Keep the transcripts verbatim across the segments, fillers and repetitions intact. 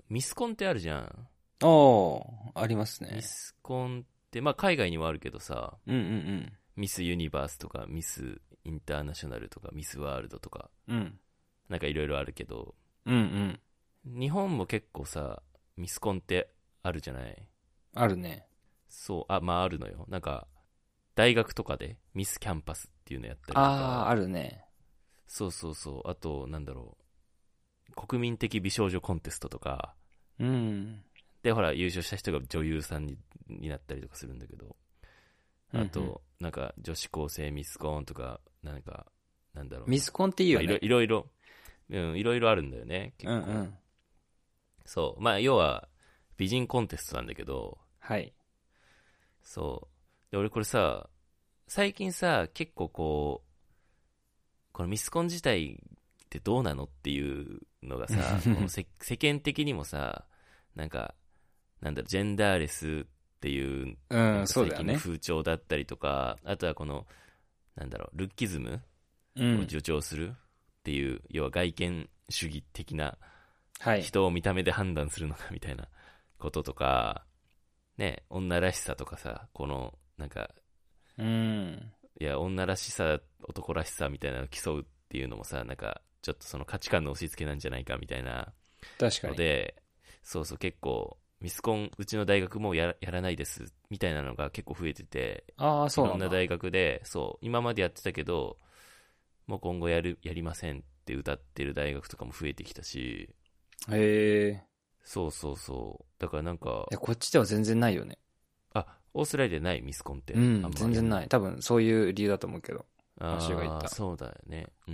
ミスコンってあるじゃん。 おー、ありますね。 ミスコンって、まあ海外にもあるけどさ、 うんうんミスユニバースとか、ミスインターナショナルとか、ミスワールドとか、 うん。うん。 なんかいろいろあるけど、 うんうん。 日本も結構さ、ミスコンってあるじゃない。 あるね。 そう、あ、まああるのよ。なんか、大学とかでミスキャンパスっていうのやったりとあー、 か、 あるね。 そうそうそう、あと、なんだろう、国民的美少女コンテストとか、 うん。 で、ほら、優勝した人が女優さんにになったりとかするんだけど、 うんうん。 あと、なんか、女子高生ミスコンとか、なんか、なんだろうな。 ミスコンっていいまあ、いろよね。 いろいろ、うん、いろいろあるんだよね、 うんう結構。 ん。 そう。まあ、要は、美人コンテストなんだけど、 はい。 そう。で、俺これさ、最近さ、結構こう、このミスコン自体ってどうなのっていうのがさ、この世世間的にもさ、なんか、なんだろう、ジェンダーレスっていう、 うん、 なんか最そうだよね。 近の風潮だったりとか、あとはこの、なんだろう、ルッキズムをうん。 助長するっていう、要は外見主義的な、 はい。 人を見た目で判断するのかみたいなこととか、ね、女らしさとかさ、この、なんか、 うん。 いや、女らしさ、男らしさみたいなのを競うっていうのもさ、なんか、ちょっとその価値観の押し付けなんじゃないかみたいな確かに。 ので、そうそう、結構、ミスコン、うちの大学もややらないです、みたいなのが結構増えてて、 ああ、 いそうなんだ。 ろんな大学で、そう、今までやってたけど、もう今後やる、やりませんって歌ってる大学とかも増えてきたし、 へえ。 そうそうそう。だからなんか、 いや、こっちでは全然ないよね。 あ、オーストラリアでないミスコンって、あうん、 んまやんない。 全然ない。多分、そういう理由だと思うけど。マシューが言っああ、 た。 そうだよね。うん。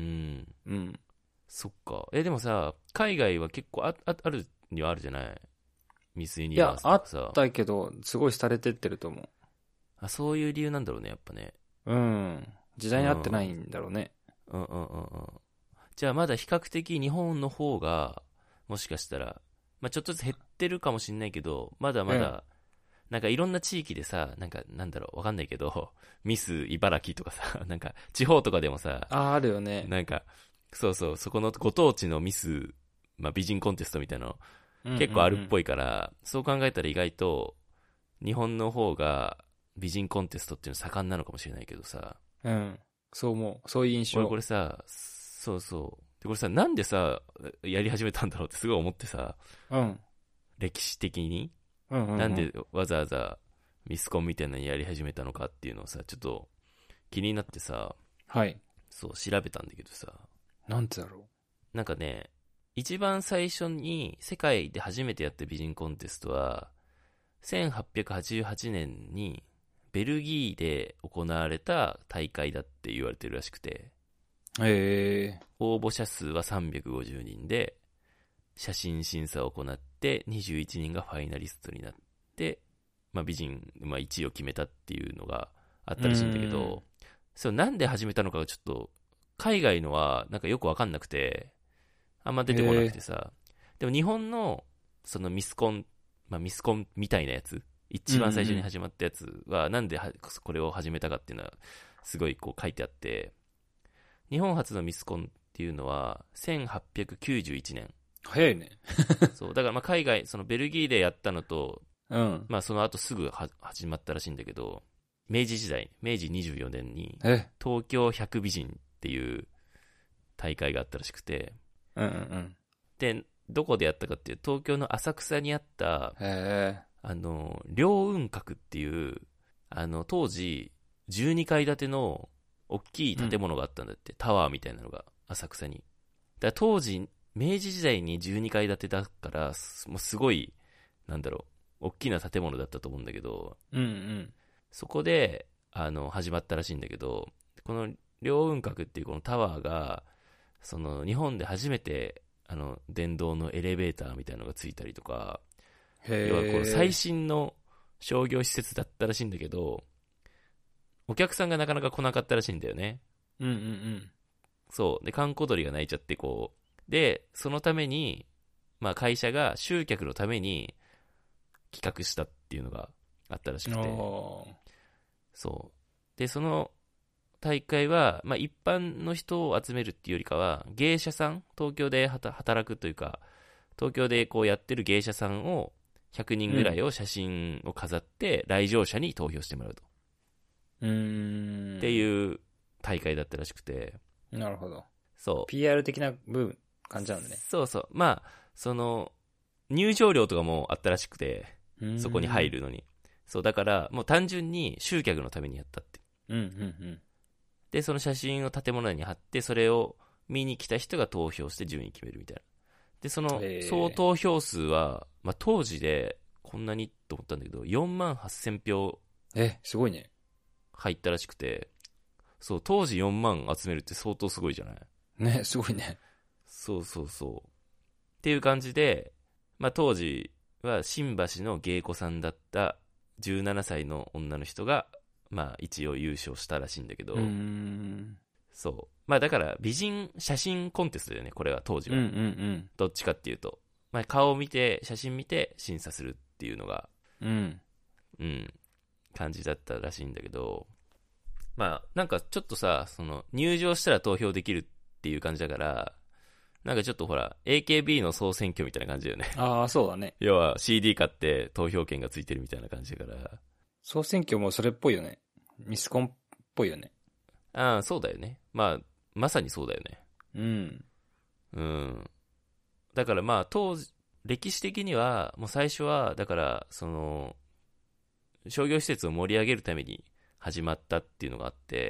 うん。 そっか。え、でもさ、海外は結構あ、あ、あるにはあるじゃない。ミスユニいや、 バースあっとかさ。 たけど、すごい廃れてってると思あ、そういう理由なんだろうね、やっぱね。 う。うん。時うん。 代に合ってないうんんだろうね。 うんうんうん。じゃあまだ比較的日本の方が、もしかしたら、まあちょっとずつ減ってるかもしんないけど、まだうん。 まだ、なんかいろんな地域でさ、なんかなんだろう、わかんないけど、ミス茨城とかさ、なんか地方とかでもさ、 ああ、あるよね。 なんか、そうそう、そこのご当地のミス、まあ、美人コンテストみたいなのうんうんう結構あるっん。 ぽいから、そう考えたら意外と日本の方が美人コンテストっていうの盛んなのかもしれないけどさ、 うん。そう思う。そういう印俺こ象。 れさ、そうそう。で、これさ、なんでさ、やり始めたんだろうってすごい思ってさ、 うん。 歴史的に、 うんうんうん。 なんでわざわざミスコンみたいなのやり始めたのかっていうのをさ、ちょっと気になってさ、 はい。 そう調べたんだけどさ、 なんてだろなんかね、一番最初に世界で初めてやった美人コンテストは、せんはっぴゃくはちじゅうはちねんにベルギーで行われた大会だって言われてるらしくて、 う。へえ。 応募者数はさんびゃくごじゅうにんで、写真審査を行ってにじゅういちにんがファイナリストになって、まあ、美人、まあ、いちいを決めたっていうのがあっうーたらしいんだけん。 ど、そうなんで始めたのかがちょっと海外のはなんかよくわかんなくて、あんま出てこなへえ。 くてさ。でも日本の、そのミスコン、まあミスコンみたいなやつ、 うんう一番最初にん始まったやつは、なんではこれを始めたかっていうのは、すごいこう書いてあって、日本初のミスコンっていうのは、せんはっぴゃくきゅうじゅういちねん。 早いね。 そう、だからまあ海外、そのベルギーでやったのと、 うん。 まあその後すぐは始まったらしいんだけど、明治時代、明治にじゅうよねんに、 え。 東京百美人っていう大会があったらしくて、 うんうんうん。 で、どこでやったかっていう東京の浅草にあった、 へえ。 あの、凌雲閣っていう、あの、当時、じゅうにかい建ての大きいうん。 建物があったんだって、タワーみたいなのが、浅草に。だから当時、明治時代にじゅうにかい建てだから、すもうすごい、なんだろう、大きな建物だったと思うんだけど、 うんうん。 そこで、あの、始まったらしいんだけど、この凌雲閣っていうこのタワーが、その、日本で初めて、あの、電動のエレベーターみたいなのがついたりとか、要はこの最へえ。 新の商業施設だったらしいんだけど、お客さんがなかなか来なかったらしいんだよね。 うんうんうん。 そう。で、閑古鳥が鳴いちゃってこう。で、そのために、まあ会社が集客のために企画したっていうのがあったらしくて。 ああ。 そう。で、その大会は、まあ一般の人を集めるっていうよりかは、芸者さん、東京で働くというか、 東京でこうやってる芸者さんをひゃくにんぐらいを写真を飾って来場者に投票してもらうと、 うーん。 ってう。 いう大会だったらしくて、 なるほど。 そうピーアール 的な部分、感じなんだね。 そうそう、まあその入場料とかもあったらしくて、そこに入るのに、そうだからもう単純に集客のためにやったって。 うんうんうん。 でその写真を建物に貼って、それを見に来た人が投票して順位決めるみたいな。でその総投票数は、まあ、当時でこんなにと思ったんだけどよんまんはっせんひょうえ、すごいね。 入ったらしくて、そう当時よんまん集めるって相当すごいじゃない。 ね、すごいね。 そうそうそうっていう感じで、まあ、当時は新橋の芸妓さんだったじゅうななさいの女の人が、まあ、一応優勝したらしいんだけど、 うーん。 そうまあだから美人写真コンテストだよね、これは当時は、 うんうんうん。 どっちかっていうと、まあ、顔を見て写真見て審査するっていうのが、 うん。 うん感じだったらしいんだけど、まあなんかちょっとさ、その入場したら投票できるっていう感じだから、なんかちょっとほら エーケービー の総選挙みたいな感じだよね。 ああ、そうだね。 要は シーディー 買って投票権がついてるみたいな感じだから。 総選挙もそれっぽいよね。ミスコンっぽいよね。 ああそうだよね、まあまさにそうだよね。 うん。 うんだからまあ当時歴史的にはもう最初はだからその商業施設を盛り上げるために始まったっていうのがあって、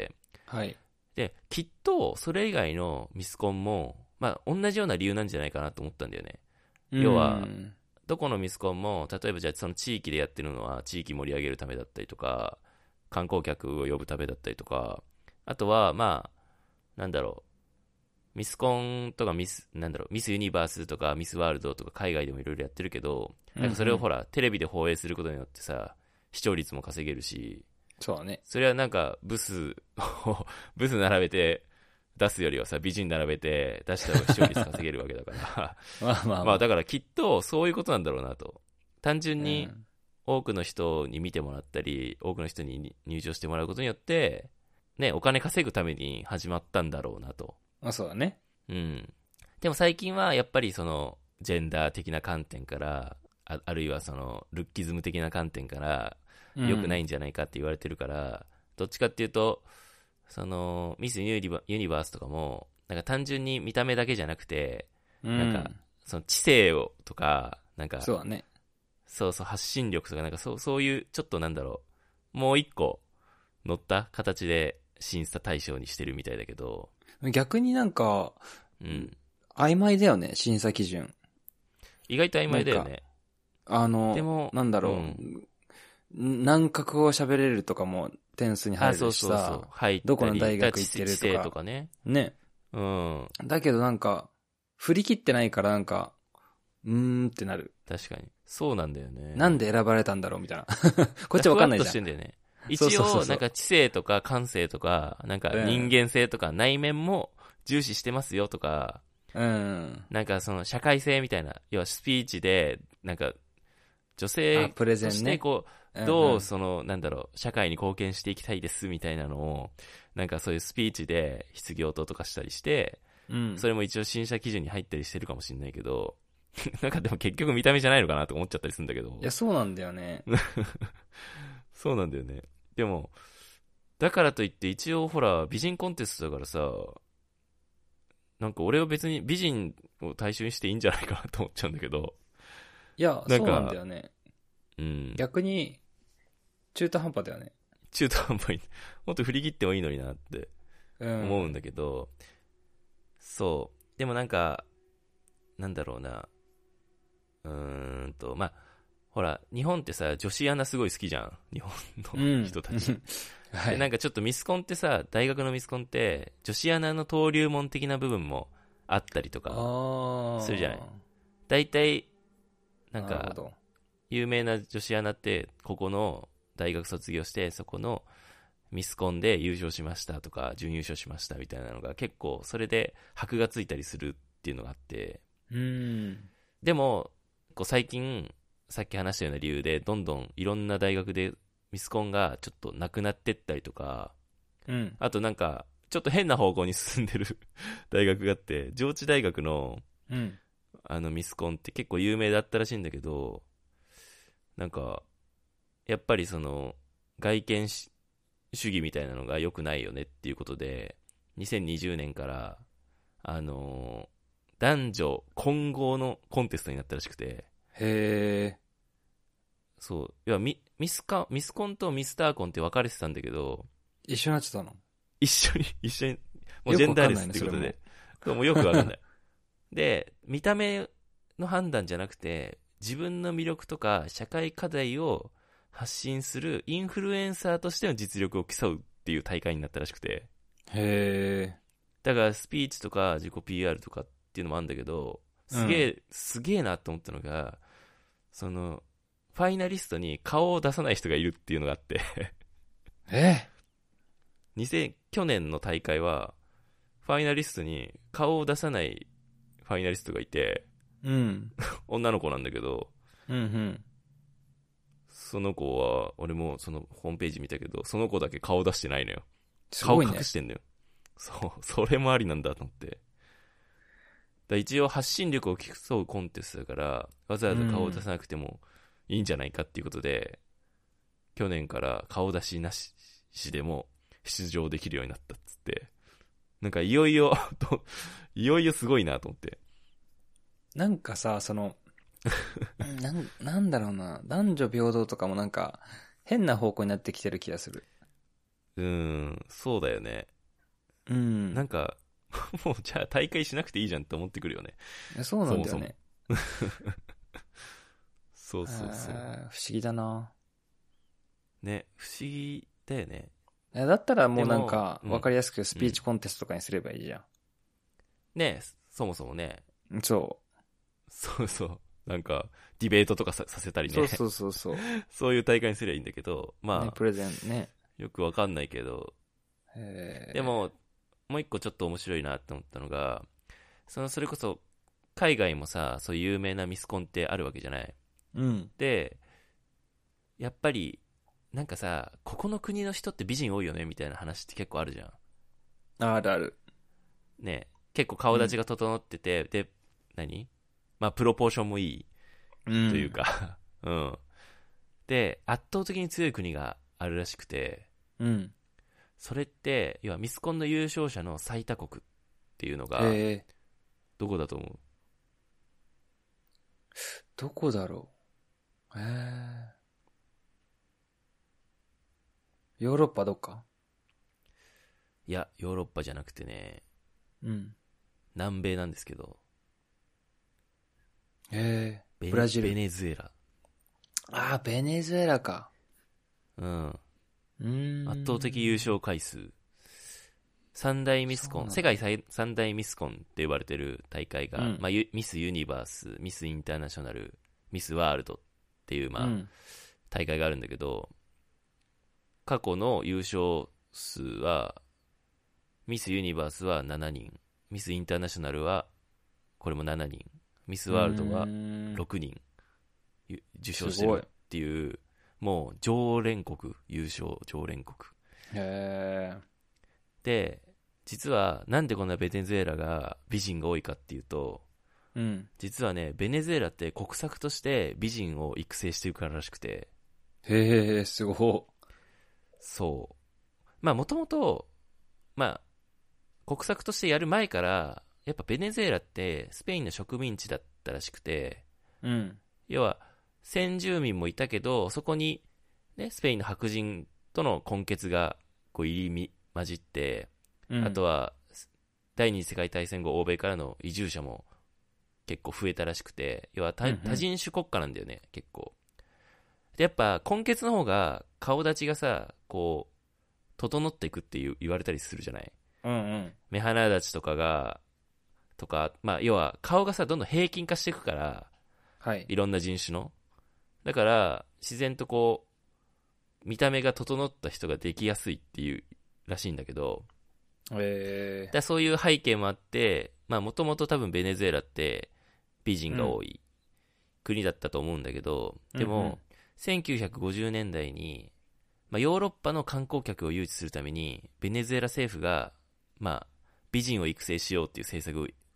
はい。 できっとそれ以外のミスコンもまあ同じような理由なんじゃないかなと思ったんだよね。要はうんどこのミスコンも例えばじゃあその地域でやってるのは地域盛り上げるためだったりとか、観光客を呼ぶためだったりとか、あとはまあなんだろう、ミスコンとかミスなんだろうミスユニバースとかミスワールドとか海外でもいろいろやってるけど、なんかそれをほら、テレビで放映することによってさ視聴率も稼げるし、 そうだね。 それはなんかブスをブス並べて出すよりはさ美人並べて出した方が視聴率稼げるわけだからまあまあまあ。 まあだからきっとそういうことなんだろうなと。単純にうん多くの人に見てもらったり多くの人に入場してもらうことによってね、お金稼ぐために始まったんだろうなと。 まあそうだね。 うんでも最近はやっぱりそのジェンダー的な観点から、 あ, あるいはそのルッキズム的な観点から良くないんじゃないかって言われてるから、うん、どっちかっていうとそのミスユニバ、ユニバースとかもなんか単純に見た目だけじゃなくて、 うん、 なんかその知性をとかなんかそうだね。 そうそう発信力とかなんかそうそういうちょっとなんだろう、もう一個乗った形で審査対象にしてるみたいだけど、 逆になんか、 うん、 曖昧だよね、審査基準。 意外と曖昧だよね。 あの、 でもなんだろう、うん、何カ国語喋れるとかも点数に入るしさ、 あ、そうそうそう、入ったり、 どこの大学行ってるとか、 とかね。 ね。 うん。 だけどなんか、振り切ってないからなんか、うーんってなる。 確かに。そうなんだよね。 なんで選ばれたんだろうみたいな。こっちわかんないじゃん。 ふわっとしてんだよね。一応、なんか知性とか感性とか、なんか人間性とか内面も重視してますよとか、 うん。 なんかその社会性みたいな、要はスピーチで、なんか女性としてこう、どうその、なんだろう、社会に貢献していきたいですみたいなのを、なんかそういうスピーチで質疑応答とかしたりして、 うん、 それも一応審査基準に入ったりしてるかもしれないけど、なんかでも結局見た目じゃないのかなと思っちゃったりするんだけど。 いや、そうなんだよね。 そうなんだよね。でも、だからといって一応ほら、美人コンテストだからさ、なんか俺は別に美人を対象にしていいんじゃないかなと思っちゃうんだけど。 いや、そうなんだよね。 うん。 逆に、中途半端だよね。 中途半端に。もっと振り切ってもいいのになって思うんだけど、うん、そう。でもなんか、なんだろうな。うーんと、まあ、ほら、日本ってさ、女子アナすごい好きじゃん。日本の人たち。うんはい、でなんかちょっとミスコンってさ、大学のミスコンって、女子アナの登竜門的な部分もあったりとかするじゃない。大体、なんか、有名な女子アナって、ここの大学卒業して、そこのミスコンで優勝しましたとか、準優勝しましたみたいなのが結構、それで箔がついたりするっていうのがあって、 うんでも、こう最近、さっき話したような理由で、どんどんいろんな大学でミスコンがちょっとなくなってったりとか、 うん、 あとなんか、ちょっと変な方向に進んでる大学があって、上智大学の、 うん、 あのミスコンって結構有名だったらしいんだけど、なんかやっぱりその外見主義みたいなのが良くないよねっていうことで、にせんにじゅうねんからあのー、男女混合のコンテストになったらしくて。 へえ。 そう、いやミミスカミスコンとミスターコンって分かれてたんだけど、 一緒になってたの？ 一緒に一緒にもうジェンダーレスっていうことで、もうよくわかんない。で、見た目の判断じゃなくて、自分の魅力とか社会課題を発信するインフルエンサーとしての実力を競うっていう大会になったらしくて。 へえ。 だからスピーチとか自己 ピーアール とかっていうのもあるんだけど、すげえ、うん、すげえなと思ったのが、その、ファイナリストに顔を出さない人がいるっていうのがあってえにせん去年の大会は、ファイナリストに顔を出さないファイナリストがいて、 うん、 女の子なんだけど、 うんうん、 その子は、俺もそのホームページ見たけど、その子だけ顔出してないのよ。 すごいね、 顔隠してんのよ。そう、それもありなんだと思って。だ一応発信力を競うコンテストだから、わざわざ顔を出さなくてもいいんじゃないかっていうことで、うん、去年から顔出しなしでも出場できるようになったっつって、なんかいよいよいよいよすごいなと思って。 なんかさ、そのなん、なんだろうな、男女平等とかもなんか変な方向になってきてる気がする。 うーん、そうだよね。 うん。 なんかもうじゃあ大会しなくていいじゃんって思ってくるよね。 そうなんだよね。 そうそうそう。不思議だな。 ね、不思議だよね。 だったらもうなんか分かりやすくスピーチコンテストとかにすればいいじゃん。 うん、ね、そもそもね。 そう。 そうそう。なんかディベートとか さ, させたりね。 そうそうそうそう。 そういう大会にすればいいんだけど、まあ、 ね、プレゼンね。 よくわかんないけど。 へでももう一個ちょっと面白いなって思ったのが、そのそれこそ海外もさ、そういう有名なミスコンってあるわけじゃない。 うん。 で、やっぱりなんかさ、ここの国の人って美人多いよねみたいな話って結構あるじゃん。 あるある。 ね、結構顔立ちが整ってて、うん、で、何？まあプロポーションもいいというか、うん、うん。で、圧倒的に強い国があるらしくて、 うん。 それって要はミスコンの優勝者の最多国っていうのがどこだと思う？ どこだろう。へえ。ヨーロッパどっか？ いや、ヨーロッパじゃなくてね、 うん。 南米なんですけど。 へえ。ブラジル。 ベネズエラ。 ああ、ベネズエラか。 うん。 うん。 圧倒的優勝回数。三大ミスコン、世界三大ミスコンって呼ばれてる大会が、うん、まあ、ミスユニバース、ミスインターナショナル、ミスワールドっていう、まあ、うん、大会があるんだけど、過去の優勝数は、ミスユニバースはしちにん、ミスインターナショナルは、これもしちにん、ミスワールドはろくにん受賞してるっていう、もう常連国、優勝常連国。 へー。 で、実はなんでこんなベネズエラが美人が多いかっていうと、 うん、 実はね、ベネズエラって国策として美人を育成してるかららしくて。 へー、すごい。 そう。まあもともと、まあ、国策としてやる前から、やっぱベネズエラってスペインの植民地だったらしくて、 うん、 要は先住民もいたけど、そこに、ね、スペインの白人との混血がこう入り混じって、うん、あとは第二次世界大戦後欧米からの移住者も結構増えたらしくて、要は 多,、うんうん、多人種国家なんだよね、結構。でやっぱ混血の方が顔立ちがさ、こう整っていくっていう言われたりするじゃない。 うんうん、 目鼻立ちとかがとか、まあ要は顔がさどんどん平均化していくから、 はい、 いろんな人種のだから自然とこう見た目が整った人ができやすいっていうらしいんだけど、 えー、 だそういう背景もあって、まあもともと多分ベネズエラって美人が多い国だったと思うんだけど、うん、でも、うんうん、せんきゅうひゃくごじゅうねんだいに、まあ、ヨーロッパの観光客を誘致するためにベネズエラ政府が、まあ、美人を育成しようっていう政策を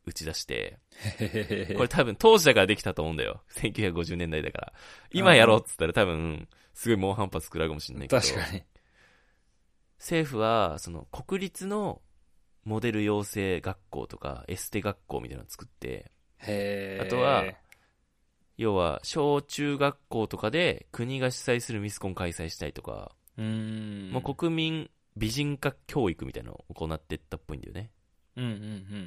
打ち出して、 へへこれ多分当時だからできたと思うんだよ。せんきゅうひゃくごじゅうねんだいだから。今やろうっつったら多分、すごい猛反発食らうかもしれないけど。 確かに。 政府は、その国立のモデル養成学校とかエステ学校みたいなのを作って、 へー。 あとは、要は小中学校とかで国が主催するミスコン開催したりとか、 うーん。 もう国民美人化教育みたいなのを行っていったっぽいんだよね。 うんうんうん。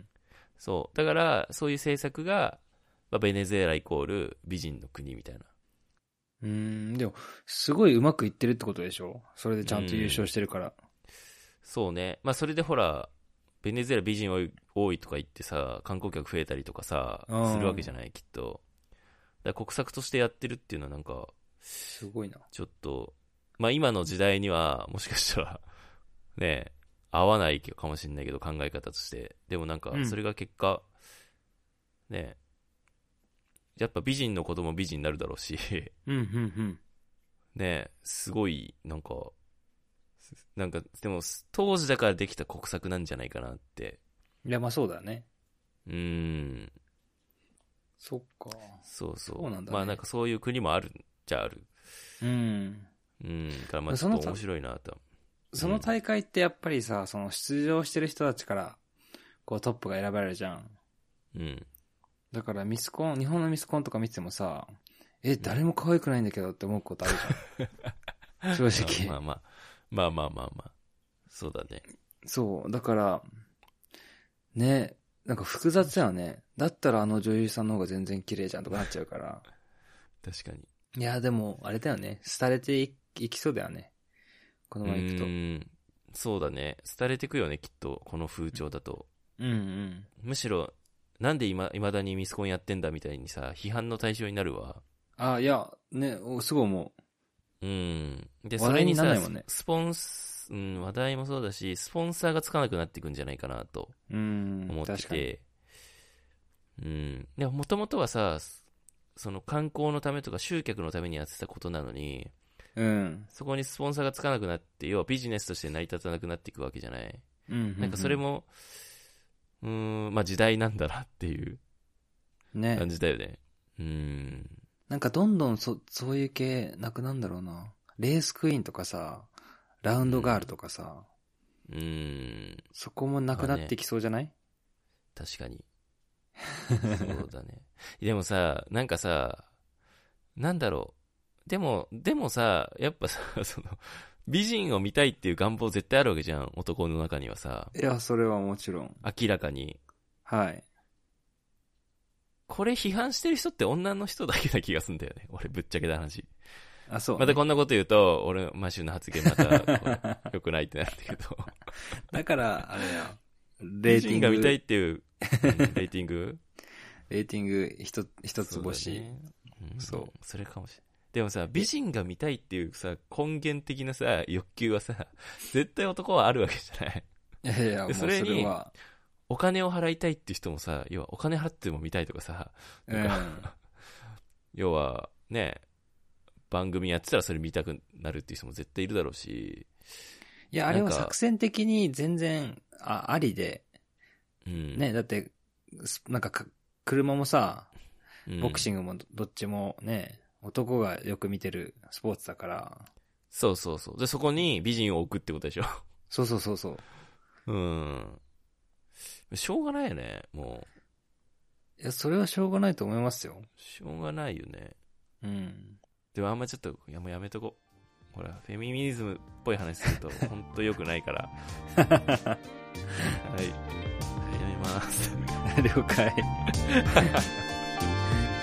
そう。だから、そういう政策が、まあ、ベネズエライコール美人の国みたいな。 うーん、でも、すごいうまくいってるってことでしょ？それでちゃんと優勝してるから。 そうね。まあ、それでほら、ベネズエラ美人多い、多いとか言ってさ、観光客増えたりとかさ、するわけじゃない、きっと。だから国策としてやってるっていうのはなんか、 すごいな。 ちょっと、まあ、今の時代には、もしかしたら、ね、合わないかもしれないけど、考え方として。でもなんか、それが結果、うん、ね、やっぱ美人の子供美人になるだろうし、 うんうんうん。 ね、すごい、なんか、なんか、でも、当時だからできた国策なんじゃないかなって。 いや、まあそうだね。 うーん。 そっか。 そうそう。 そうなんだね。 まあなんかそういう国もあるじゃある。 うん。 うん。からまあちょっと面白いなと。 その大会ってやっぱりさ、その出場してる人たちから、こうトップが選ばれるじゃん。 うん。 だからミスコン、日本のミスコンとか見てもさ、え、誰も可愛くないんだけどって思うことあるじゃん。正直。 まあまあ。まあまあまあまあ。そうだね。 そう。だから、ね、なんか複雑だよね。だったらあの女優さんの方が全然綺麗じゃんとかなっちゃうから。 確かに。 いや、でも、あれだよね。廃れていきそうだよね。このままいくと。 うーん。そうだね。廃れてくよね、きっと。この風潮だと。 うんうん。 むしろ、なんで今、未だにミスコンやってんだみたいにさ、批判の対象になるわ。 あ、いや、ね、すごい思う。うん。で、 話題にならないそれにさ、 もんね。 スポンス、うん、話題もそうだし、スポンサーがつかなくなっていくんじゃないかなとうん思って確かに。 て。うん。でも、もともとはさ、その観光のためとか集客のためにやってたことなのに、 うん。 そこにスポンサーがつかなくなって、要はビジネスとして成り立たなくなっていくわけじゃない。 うんうんうん、 なんかそれも、うーん、まあ時代なんだなっていうね。 感じだよね。うん。 なんかどんどんそ、そういう系なくなんだろうな。レースクイーンとかさ、ラウンドガールとかさ、 うん。うんそこもなくなってきそうじゃない？ね、 確かに。そうだね。でもさ、なんかさ、なんだろう。でも、でもさ、やっぱさ、その、美人を見たいっていう願望絶対あるわけじゃん。男の中にはさ。 いや、それはもちろん。 明らかに。 はい。 これ批判してる人って女の人だけな気がするんだよね。俺ぶっちゃけた話。 あ、そう、ね。 またこんなこと言うと、俺、マシュの発言また、良くないってなるんだけど。 だから、あれや。 レーティング。美人が見たいっていう、うん、レーティングレーティング一一つ星。そう、ねうん、そう。それかもしれない。でもさ、美人が見たいっていうさ、根源的なさ、欲求はさ、絶対男はあるわけじゃない。 いやいや、もうそれに、 お金を払いたいっていう人もさ、要はお金払っても見たいとかさ、なんか、うん、要は、ね、番組やってたらそれ見たくなるっていう人も絶対いるだろうし。 いや、あれは作戦的に全然、あ、ありで、 うん、 ね、だって、なんかか、車もさ、ボクシングもどっちもね、男がよく見てるスポーツだから。 そうそうそう。で、そこに美人を置くってことでしょ。 そうそうそうそう。 うん。しょうがないよね、もう。いや、それはしょうがないと思いますよ。 しょうがないよね。 うん。 でもあんまちょっと、いやもうやめとこう。ほら、フェミニズムっぽい話すると、ほんと良くないから。はい。はい、やめます。 了解。